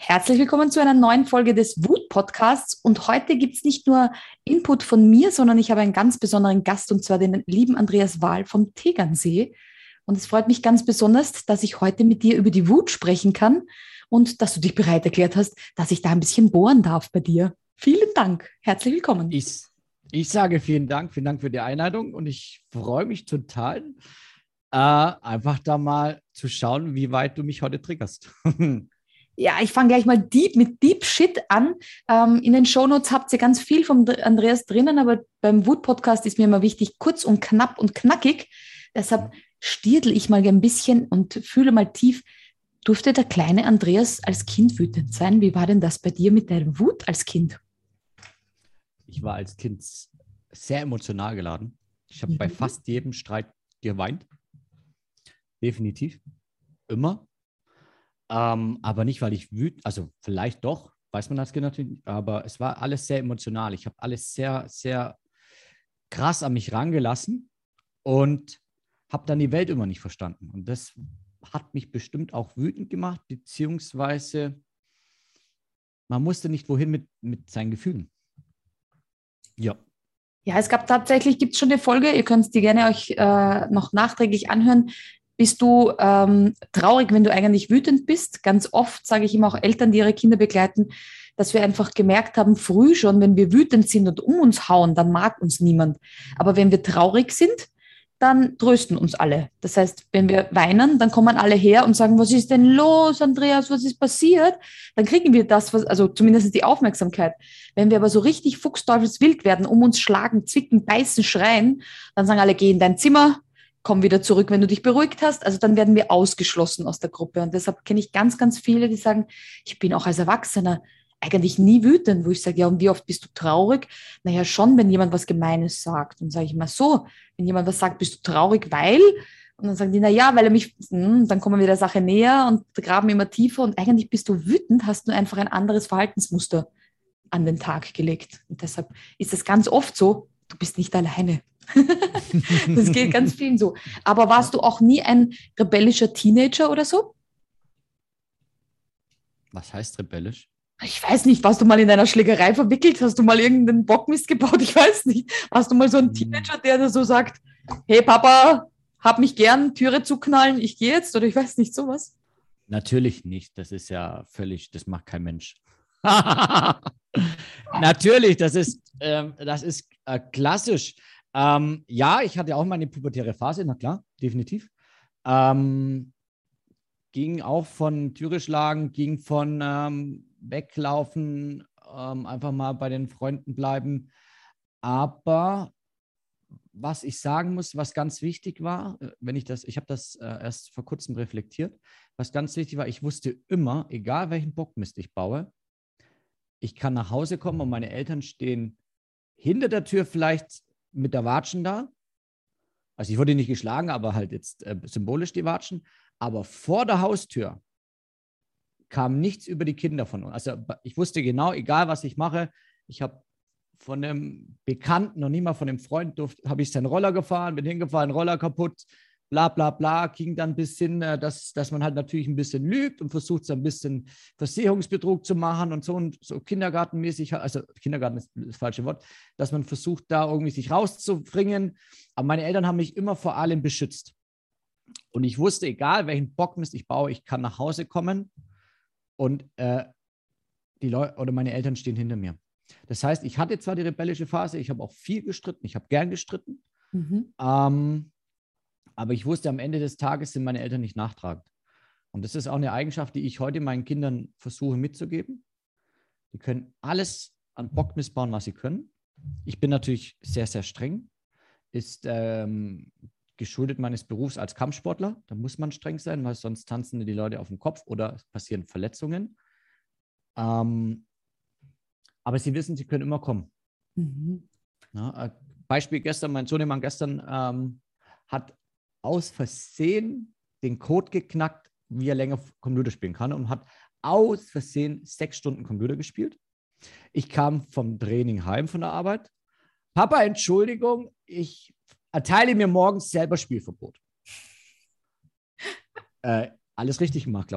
Herzlich willkommen zu einer neuen Folge des Wut-Podcasts. Und heute gibt es nicht nur Input von mir, sondern ich habe einen ganz besonderen Gast, und zwar den lieben Andreas Wahl vom Tegernsee. Und es freut mich ganz besonders, dass ich heute mit dir über die Wut sprechen kann und dass du dich bereit erklärt hast, dass ich da ein bisschen bohren darf bei dir. Vielen Dank. Herzlich willkommen. Ich sage vielen Dank für die Einladung und ich freue mich total, einfach da mal zu schauen, wie weit du mich heute triggerst. Ja, ich fange gleich mal mit Deep Shit an. In den Shownotes habt ihr ganz viel vom Andreas drinnen, aber beim Wut-Podcast ist mir immer wichtig, kurz und knapp und knackig. Deshalb stierdel ich mal ein bisschen und fühle mal tief. Durfte der kleine Andreas als Kind wütend sein? Wie war denn das bei dir mit der Wut als Kind? Ich war als Kind sehr emotional geladen. Ich habe bei fast jedem Streit geweint. Definitiv. Immer. Aber nicht, weil ich wütend, also vielleicht doch, weiß man als Kind natürlich, aber es war alles sehr emotional. Ich habe alles sehr, sehr krass an mich rangelassen und habe dann die Welt immer nicht verstanden. Und das hat mich bestimmt auch wütend gemacht, beziehungsweise man wusste nicht, wohin mit seinen Gefühlen. Ja. Ja, gibt's schon eine Folge, ihr könnt die gerne euch noch nachträglich anhören. Bist du traurig, wenn du eigentlich wütend bist? Ganz oft sage ich immer auch Eltern, die ihre Kinder begleiten, dass wir einfach gemerkt haben, früh schon, wenn wir wütend sind und um uns hauen, dann mag uns niemand. Aber wenn wir traurig sind, dann trösten uns alle. Das heißt, wenn wir weinen, dann kommen alle her und sagen, was ist denn los, Andreas, was ist passiert? Dann kriegen wir also zumindest die Aufmerksamkeit. Wenn wir aber so richtig fuchsteufelswild werden, um uns schlagen, zwicken, beißen, schreien, dann sagen alle, geh in dein Zimmer, komm wieder zurück, wenn du dich beruhigt hast. Also dann werden wir ausgeschlossen aus der Gruppe. Und deshalb kenne ich ganz, ganz viele, die sagen, ich bin auch als Erwachsener eigentlich nie wütend, wo ich sage, ja, und wie oft bist du traurig? Naja, schon, wenn jemand was Gemeines sagt. Und sage ich mal so, wenn jemand was sagt, bist du traurig, weil? Und dann sagen die, naja, weil er mich, dann kommen wir der Sache näher und graben immer tiefer. Und eigentlich bist du wütend, hast nur einfach ein anderes Verhaltensmuster an den Tag gelegt. Und deshalb ist es ganz oft so, du bist nicht alleine. Das geht ganz vielen so. Aber warst du auch nie ein rebellischer Teenager oder so? Was heißt rebellisch? Ich weiß nicht, warst du mal in einer Schlägerei verwickelt? Hast du mal irgendeinen Bockmist gebaut? Ich weiß nicht. Warst du mal so ein Teenager, der da so sagt, hey Papa, hab mich gern, Türe zuknallen, ich gehe jetzt? Oder ich weiß nicht, sowas? Natürlich nicht. Das ist ja völlig, das macht kein Mensch. Natürlich, das ist klassisch. Ja, ich hatte auch meine pubertäre Phase, na klar, definitiv. Ging auch von Türe schlagen, ging von weglaufen, einfach mal bei den Freunden bleiben. Aber was ich sagen muss, was ganz wichtig war, ich habe das erst vor kurzem reflektiert, was ganz wichtig war, ich wusste immer, egal welchen Bockmist ich baue, ich kann nach Hause kommen und meine Eltern stehen hinter der Tür vielleicht mit der Watschen da. Also ich wurde nicht geschlagen, aber halt jetzt symbolisch die Watschen. Aber vor der Haustür kam nichts über die Kinder von uns. Also ich wusste genau, egal was ich mache, ich habe von einem Bekannten, noch nicht mal von einem Freund, habe ich seinen Roller gefahren, bin hingefallen, Roller kaputt, bla bla bla, ging dann bis hin, dass man halt natürlich ein bisschen lügt und versucht, so ein bisschen Versicherungsbetrug zu machen und so kindergartenmäßig, also Kindergarten ist das falsche Wort, dass man versucht, da irgendwie sich rauszubringen. Aber meine Eltern haben mich immer vor allem beschützt. Und ich wusste, egal welchen Bockmist ich baue, ich kann nach Hause kommen und die Leute oder meine Eltern stehen hinter mir. Das heißt, ich hatte zwar die rebellische Phase, ich habe auch viel gestritten, ich habe gern gestritten, aber ich wusste, am Ende des Tages sind meine Eltern nicht nachtragend. Und das ist auch eine Eigenschaft, die ich heute meinen Kindern versuche mitzugeben. Die können alles an Bockmist bauen, was sie können. Ich bin natürlich sehr, sehr streng. Ist geschuldet meines Berufs als Kampfsportler. Da muss man streng sein, weil sonst tanzen die Leute auf dem Kopf oder es passieren Verletzungen. Aber sie wissen, sie können immer kommen. Na, Beispiel gestern, mein Sohnemann gestern hat aus Versehen den Code geknackt, wie er länger Computer spielen kann und hat aus Versehen 6 Stunden Computer gespielt. Ich kam vom Training heim von der Arbeit. Papa, Entschuldigung, ich erteile mir morgens selber Spielverbot. Alles richtig gemacht, glaube ich.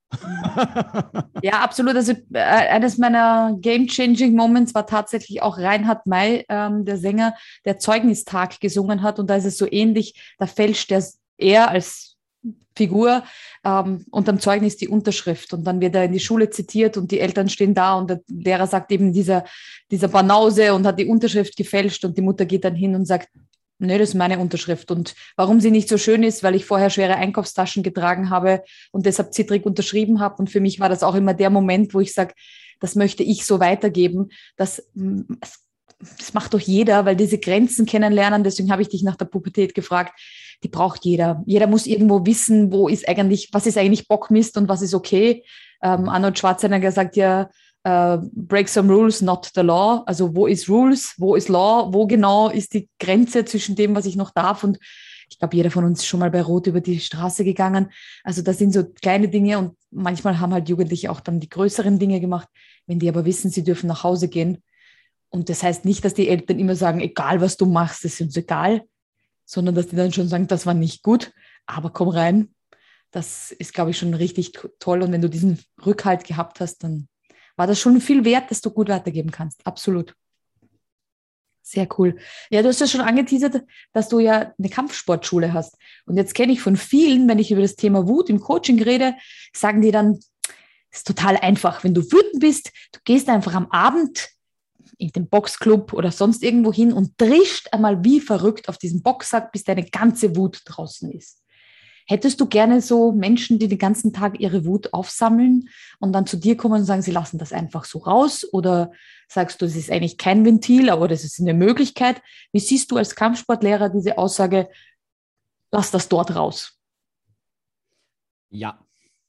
Ja, absolut. Also eines meiner Game-Changing Moments war tatsächlich auch Reinhard May, der Sänger, der Zeugnistag gesungen hat. Und da ist es so ähnlich, da fälscht er als Figur unterm Zeugnis die Unterschrift. Und dann wird er in die Schule zitiert und die Eltern stehen da und der Lehrer sagt eben dieser Banause und hat die Unterschrift gefälscht und die Mutter geht dann hin und sagt, nee, das ist meine Unterschrift. Und warum sie nicht so schön ist, weil ich vorher schwere Einkaufstaschen getragen habe und deshalb zittrig unterschrieben habe. Und für mich war das auch immer der Moment, wo ich sage, das möchte ich so weitergeben. Das macht doch jeder, weil diese Grenzen kennenlernen, deswegen habe ich dich nach der Pubertät gefragt, die braucht jeder. Jeder muss irgendwo wissen, was ist eigentlich Bockmist und was ist okay. Arnold Schwarzenegger sagt ja, break some rules, not the law. Also wo ist Rules, wo ist Law, wo genau ist die Grenze zwischen dem, was ich noch darf und ich glaube, jeder von uns ist schon mal bei Rot über die Straße gegangen. Also das sind so kleine Dinge und manchmal haben halt Jugendliche auch dann die größeren Dinge gemacht. Wenn die aber wissen, sie dürfen nach Hause gehen. Und das heißt nicht, dass die Eltern immer sagen, egal was du machst, das ist uns egal, sondern dass die dann schon sagen, das war nicht gut, aber komm rein. Das ist, glaube ich, schon richtig toll. Und wenn du diesen Rückhalt gehabt hast, dann war das schon viel wert, dass du gut weitergeben kannst. Absolut. Sehr cool. Ja, du hast ja schon angeteasert, dass du ja eine Kampfsportschule hast. Und jetzt kenne ich von vielen, wenn ich über das Thema Wut im Coaching rede, sagen die dann, es ist total einfach. Wenn du wütend bist, du gehst einfach am Abend in den Boxclub oder sonst irgendwo hin und drischt einmal wie verrückt auf diesen Boxsack, bis deine ganze Wut draußen ist. Hättest du gerne so Menschen, die den ganzen Tag ihre Wut aufsammeln und dann zu dir kommen und sagen, sie lassen das einfach so raus? Oder sagst du, es ist eigentlich kein Ventil, aber das ist eine Möglichkeit? Wie siehst du als Kampfsportlehrer diese Aussage, lass das dort raus? Ja.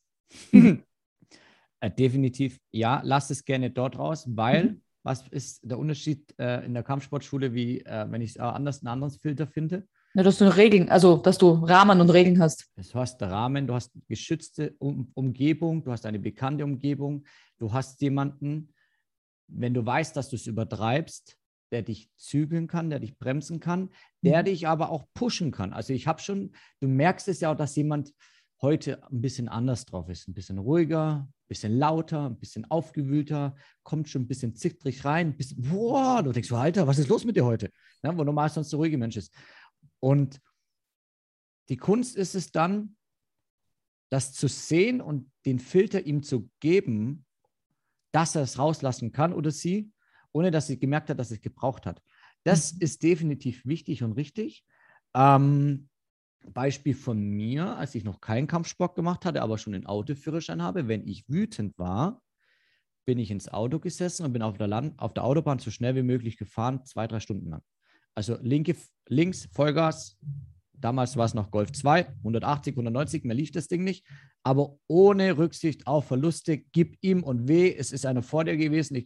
Definitiv ja, lass es gerne dort raus, weil was ist der Unterschied in der Kampfsportschule, wie wenn ich es anders einen anderen Filter finde? Ja, dass du Regeln, also dass du Rahmen und Regeln hast. Du hast Rahmen, du hast geschützte Umgebung, du hast eine bekannte Umgebung, du hast jemanden, wenn du weißt, dass du es übertreibst, der dich zügeln kann, der dich bremsen kann, der dich aber auch pushen kann. Also ich habe schon, du merkst es ja auch, dass jemand heute ein bisschen anders drauf ist, ein bisschen ruhiger, ein bisschen lauter, ein bisschen aufgewühlter, kommt schon ein bisschen zittrig rein, ein bisschen, boah, du denkst, Alter, was ist los mit dir heute? Ja, wo normal sonst der ruhige Mensch ist. Und die Kunst ist es dann, das zu sehen und den Filter ihm zu geben, dass er es rauslassen kann oder sie, ohne dass sie gemerkt hat, dass es gebraucht hat. Das ist definitiv wichtig und richtig. Beispiel von mir, als ich noch keinen Kampfsport gemacht hatte, aber schon einen Autoführerschein habe, wenn ich wütend war, bin ich ins Auto gesessen und bin auf der Autobahn so schnell wie möglich gefahren, 2-3 Stunden lang. Also links, Vollgas. Damals war es noch Golf 2, 180, 190, mehr lief das Ding nicht. Aber ohne Rücksicht auf Verluste, gib ihm und weh, es ist einer vor dir gewesen.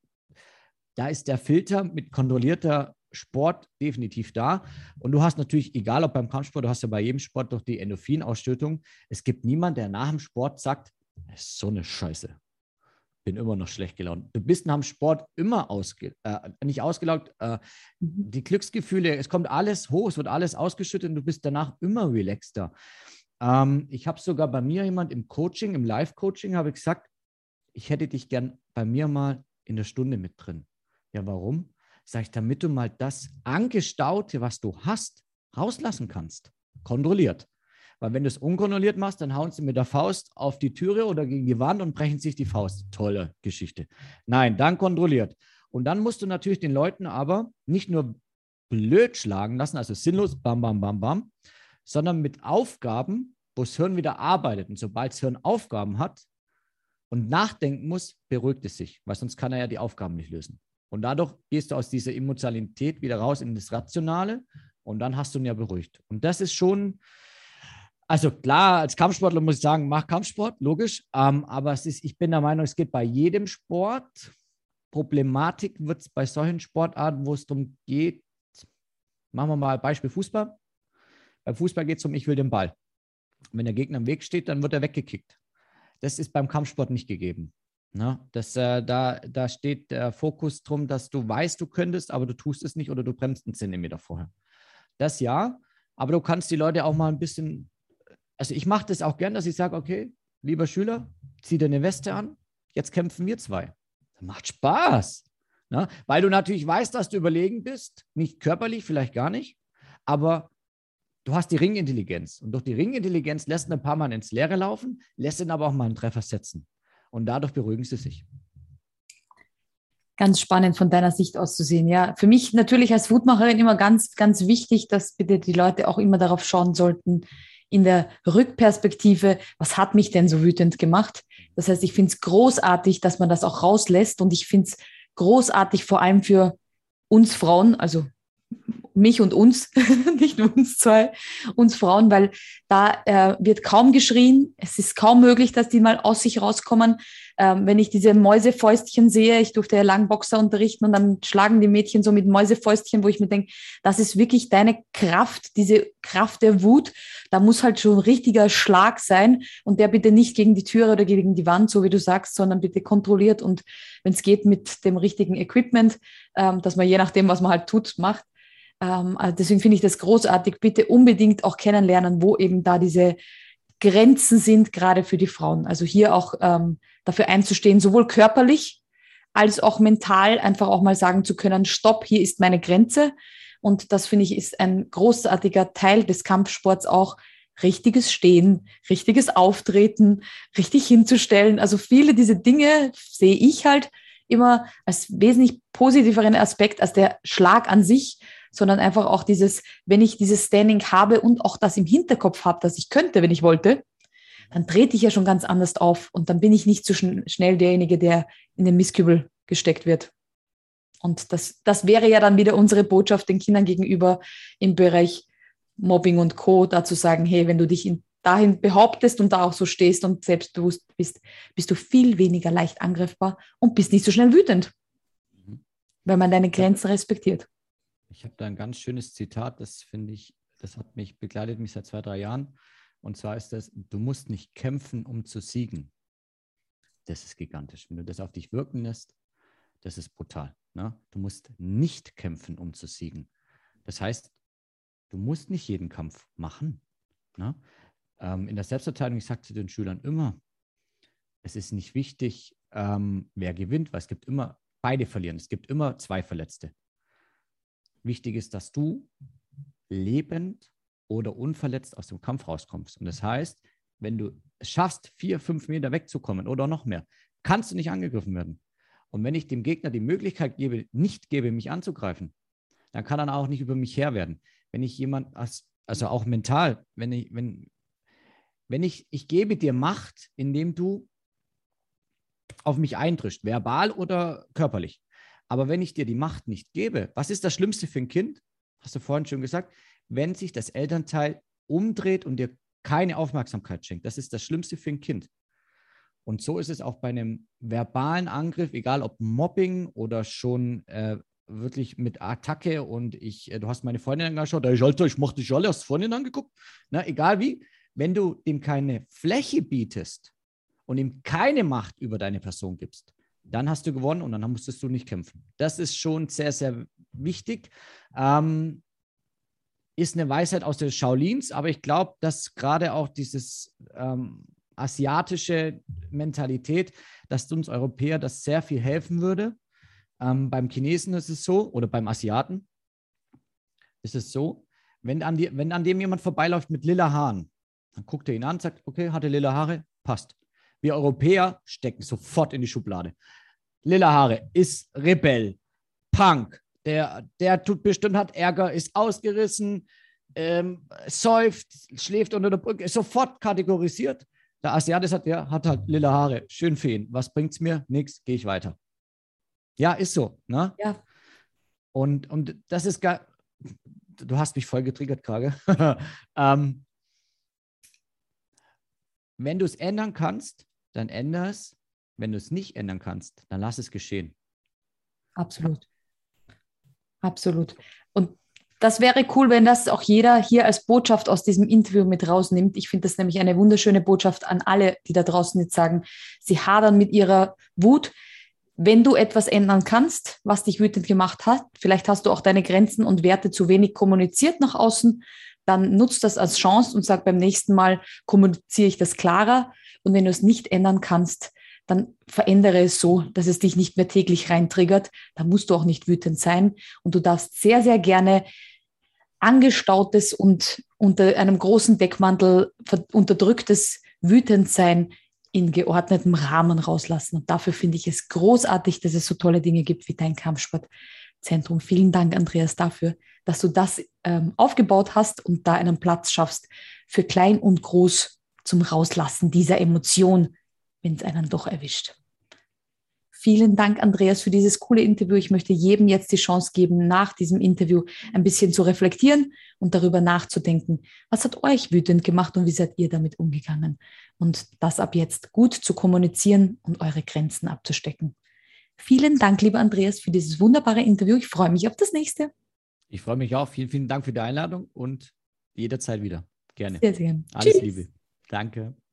Da ist der Filter mit kontrollierter Sport definitiv da. Und du hast natürlich, egal ob beim Kampfsport, du hast ja bei jedem Sport doch die Endorphinausschüttung. Es gibt niemanden, der nach dem Sport sagt, das ist so eine Scheiße. Bin immer noch schlecht gelaunt. Du bist nach dem Sport immer nicht ausgelaugt. Die Glücksgefühle, es kommt alles hoch, es wird alles ausgeschüttet und du bist danach immer relaxter. Ich habe sogar bei mir jemand im Coaching, im Live-Coaching, habe ich gesagt, ich hätte dich gern bei mir mal in der Stunde mit drin. Ja, warum? Sag ich, damit du mal das Angestaute, was du hast, rauslassen kannst. Kontrolliert. Weil wenn du es unkontrolliert machst, dann hauen sie mit der Faust auf die Türe oder gegen die Wand und brechen sich die Faust. Tolle Geschichte. Nein, dann kontrolliert. Und dann musst du natürlich den Leuten aber nicht nur blöd schlagen lassen, also sinnlos, bam, bam, bam, bam, sondern mit Aufgaben, wo das Hirn wieder arbeitet. Und sobald das Hirn Aufgaben hat und nachdenken muss, beruhigt es sich, weil sonst kann er ja die Aufgaben nicht lösen. Und dadurch gehst du aus dieser Emotionalität wieder raus in das Rationale und dann hast du ihn ja beruhigt. Und das ist schon, also klar, als Kampfsportler muss ich sagen, mach Kampfsport, logisch. Aber ich bin der Meinung, es geht bei jedem Sport. Problematik wird es bei solchen Sportarten, wo es darum geht, machen wir mal Beispiel Fußball. Beim Fußball geht es um, ich will den Ball. Wenn der Gegner im Weg steht, dann wird er weggekickt. Das ist beim Kampfsport nicht gegeben. Ne? Da steht der Fokus drum, dass du weißt, du könntest, aber du tust es nicht oder du bremst einen Zentimeter vorher. Das ja, aber du kannst die Leute auch mal ein bisschen, also ich mache das auch gern, dass ich sage, okay, lieber Schüler, zieh dir eine Weste an, jetzt kämpfen wir zwei. Das macht Spaß. Ne? Weil du natürlich weißt, dass du überlegen bist, nicht körperlich, vielleicht gar nicht, aber du hast die Ringintelligenz. Und durch die Ringintelligenz lässt ihn ein paar Mal ins Leere laufen, lässt ihn aber auch mal einen Treffer setzen. Und dadurch beruhigen sie sich. Ganz spannend von deiner Sicht aus zu sehen. Ja, für mich natürlich als Wutmacherin immer ganz, ganz wichtig, dass bitte die Leute auch immer darauf schauen sollten, in der Rückperspektive, was hat mich denn so wütend gemacht? Das heißt, ich finde es großartig, dass man das auch rauslässt und ich finde es großartig vor allem für uns Frauen, also mich und uns, nicht nur uns zwei, uns Frauen, weil da wird kaum geschrien. Es ist kaum möglich, dass die mal aus sich rauskommen. Wenn ich diese Mäusefäustchen sehe, ich durfte ja lang Boxer unterrichten und dann schlagen die Mädchen so mit Mäusefäustchen, wo ich mir denke, das ist wirklich deine Kraft, diese Kraft der Wut. Da muss halt schon ein richtiger Schlag sein und der bitte nicht gegen die Türe oder gegen die Wand, so wie du sagst, sondern bitte kontrolliert und wenn es geht mit dem richtigen Equipment, dass man je nachdem, was man halt tut, macht. Also deswegen finde ich das großartig. Bitte unbedingt auch kennenlernen, wo eben da diese Grenzen sind, gerade für die Frauen. Also hier auch dafür einzustehen, sowohl körperlich als auch mental, einfach auch mal sagen zu können, stopp, hier ist meine Grenze. Und das finde ich ist ein großartiger Teil des Kampfsports auch, richtiges Stehen, richtiges Auftreten, richtig hinzustellen. Also viele diese Dinge sehe ich halt immer als wesentlich positiveren Aspekt als der Schlag an sich, sondern einfach auch dieses, wenn ich dieses Standing habe und auch das im Hinterkopf habe, dass ich könnte, wenn ich wollte, dann trete ich ja schon ganz anders auf und dann bin ich nicht so schnell derjenige, der in den Mistkübel gesteckt wird. Und das wäre ja dann wieder unsere Botschaft den Kindern gegenüber im Bereich Mobbing und Co., da zu sagen, hey, wenn du dich dahin behauptest und da auch so stehst und selbstbewusst bist, bist du viel weniger leicht angreifbar und bist nicht so schnell wütend, weil man deine Grenzen respektiert. Ich habe da ein ganz schönes Zitat, das finde ich, begleitet mich seit 2, 3 Jahren. Und zwar ist das, du musst nicht kämpfen, um zu siegen. Das ist gigantisch. Wenn du das auf dich wirken lässt, das ist brutal. Ne? Du musst nicht kämpfen, um zu siegen. Das heißt, du musst nicht jeden Kampf machen. Ne? In der Selbstverteidigung, ich sage zu den Schülern immer, es ist nicht wichtig, wer gewinnt, weil es gibt immer, beide verlieren. Es gibt immer 2 Verletzte. Wichtig ist, dass du lebend oder unverletzt aus dem Kampf rauskommst. Und das heißt, wenn du es schaffst, 4, 5 Meter wegzukommen oder noch mehr, kannst du nicht angegriffen werden. Und wenn ich dem Gegner die Möglichkeit nicht gebe, mich anzugreifen, dann kann er auch nicht über mich Herr werden. Wenn ich jemand, also auch mental, ich gebe dir Macht, indem du auf mich eintrittst, verbal oder körperlich. Aber wenn ich dir die Macht nicht gebe, was ist das Schlimmste für ein Kind? Hast du vorhin schon gesagt, wenn sich das Elternteil umdreht und dir keine Aufmerksamkeit schenkt. Das ist das Schlimmste für ein Kind. Und so ist es auch bei einem verbalen Angriff, egal ob Mobbing oder schon wirklich mit Attacke und du hast meine Freundin angeschaut, ich mach dich alle, hast du Freundin angeguckt? Na, egal wie, wenn du dem keine Fläche bietest und ihm keine Macht über deine Person gibst, dann hast du gewonnen und dann musstest du nicht kämpfen. Das ist schon sehr, sehr wichtig. Ist eine Weisheit aus den Shaolins, aber ich glaube, dass gerade auch dieses asiatische Mentalität, dass uns Europäer das sehr viel helfen würde. Beim Chinesen ist es so, oder beim Asiaten ist es so, wenn an dem jemand vorbeiläuft mit lila Haaren, dann guckt er ihn an und sagt, okay, hatte lila Haare, passt. Wir Europäer stecken sofort in die Schublade. Lila Haare ist Rebell, Punk, der tut bestimmt, hat Ärger, ist ausgerissen, säuft, schläft unter der Brücke, ist sofort kategorisiert. Der Asiate sagt, ja, hat halt lila Haare, schön für ihn. Was bringt's mir? Nix, gehe ich weiter. Ja, ist so. Ne? Ja. Und das ist du hast mich voll getriggert, Krage. Wenn du es ändern kannst, dann ändere es. Wenn du es nicht ändern kannst, dann lass es geschehen. Absolut. Absolut. Und das wäre cool, wenn das auch jeder hier als Botschaft aus diesem Interview mit rausnimmt. Ich finde das nämlich eine wunderschöne Botschaft an alle, die da draußen jetzt sagen, sie hadern mit ihrer Wut. Wenn du etwas ändern kannst, was dich wütend gemacht hat, vielleicht hast du auch deine Grenzen und Werte zu wenig kommuniziert nach außen, dann nutzt das als Chance und sag beim nächsten Mal kommuniziere ich das klarer. Und wenn du es nicht ändern kannst, dann verändere es so, dass es dich nicht mehr täglich reintriggert. Da musst du auch nicht wütend sein. Und du darfst sehr, sehr gerne angestautes und unter einem großen Deckmantel unterdrücktes Wütendsein in geordnetem Rahmen rauslassen. Und dafür finde ich es großartig, dass es so tolle Dinge gibt wie dein Kampfsportzentrum. Vielen Dank, Andreas, dafür, dass du das aufgebaut hast und da einen Platz schaffst für klein und groß zum Rauslassen dieser Emotion, wenn es einen doch erwischt. Vielen Dank, Andreas, für dieses coole Interview. Ich möchte jedem jetzt die Chance geben, nach diesem Interview ein bisschen zu reflektieren und darüber nachzudenken, was hat euch wütend gemacht und wie seid ihr damit umgegangen? Und das ab jetzt gut zu kommunizieren und eure Grenzen abzustecken. Vielen Dank, lieber Andreas, für dieses wunderbare Interview. Ich freue mich auf das nächste. Ich freue mich auch. Vielen, vielen Dank für die Einladung und jederzeit wieder. Gerne. Sehr, sehr gerne. Alles Tschüss. Liebe. Danke.